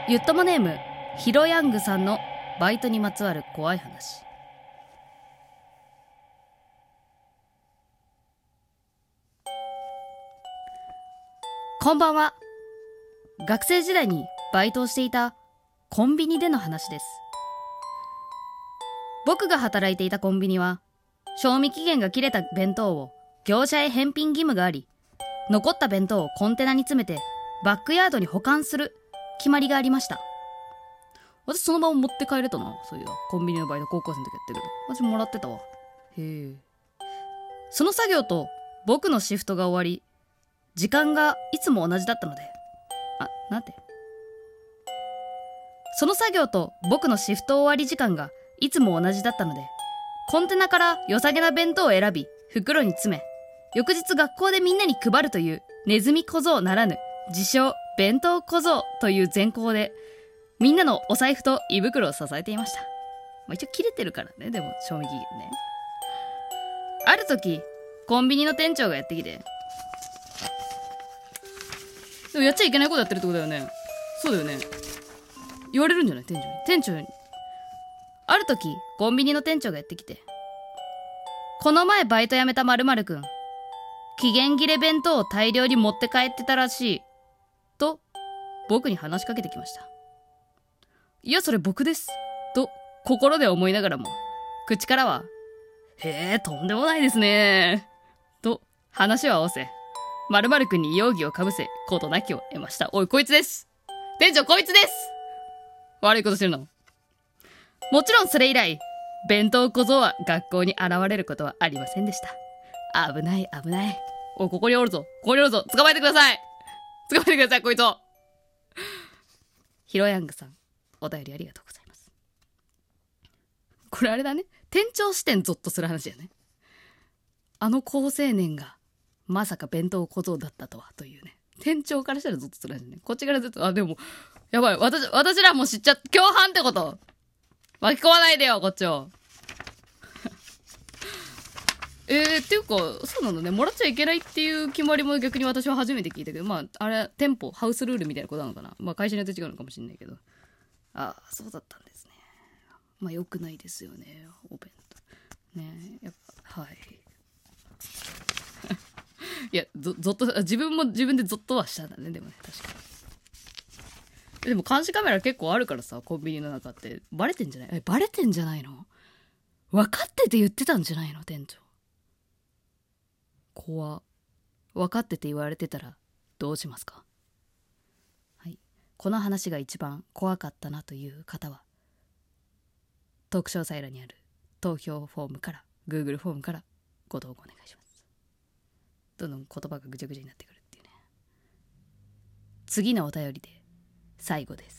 ゆっともネームヒロヤングさんのバイトにまつわる怖い話。こんばんは。学生時代にバイトをしていたコンビニでの話です。僕が働いていたコンビニは賞味期限が切れた弁当を業者へ返品義務があり、残った弁当をコンテナに詰めてバックヤードに保管する決まりがありました。私そのまま持って帰れたな。そういやコンビニのバイト高校生の時やってるけど、私もらってたわ。へえ。その作業と僕のシフトが終わり、時間がいつも同じだったので、その作業と僕のシフト終わり時間がいつも同じだったので、コンテナから良さげな弁当を選び袋に詰め、翌日学校でみんなに配るというネズミ小僧ならぬ自称弁当小僧という善行で、みんなのお財布と胃袋を支えていました。一応切れてるからね、でも賞味期限ね。ある時コンビニの店長がやってきて、でもやっちゃいけないことやってるってことだよね。そうだよね。言われるんじゃない？店長に。ある時コンビニの店長がやってきて、この前バイト辞めた〇〇くん、期限切れ弁当を大量に持って帰ってたらしいと僕に話しかけてきました。いやそれ僕ですと心で思いながらも、口からはへえとんでもないですねと話を合わせ、〇〇くんに容疑をかぶせ事なきを得ました。おいこいつです、店長こいつです。悪いことしてるの？もちろんそれ以来弁当小僧は学校に現れることはありませんでした。危ない危ない。おいここにおるぞ捕まえてくださいこいつを。ヒロヤングさん、お便りありがとうございます。これあれだね、店長視点ゾッとする話だよね。あの高青年がまさか弁当小僧だったとはというね。店長からしたらゾッとする話ね。こっちからずっとでもやばい、私らも知っちゃ共犯ってこと。巻き込まないでよこっちを。っていうかそうなのね、もらっちゃいけないっていう決まりも逆に私は初めて聞いたけど、あれ店舗ハウスルールみたいなことなのかな。会社によって違うのかもしれないけど、そうだったんですね。良くないですよねお弁当ね。やっぱはいいやゾッと、自分も自分でゾッとはしたんだね。でもね、確かに。でも監視カメラ結構あるからさ、コンビニの中ってバレてんじゃない？バレてんじゃないの？分かってて言ってたんじゃないの店長。怖。分かってて言われてたらどうしますか？はい、この話が一番怖かったなという方は、トーク詳細欄にある投票フォームから Google フォームからご投稿お願いします。どんどん言葉がぐちゃぐちゃになってくるっていうね。次のお便りで最後です。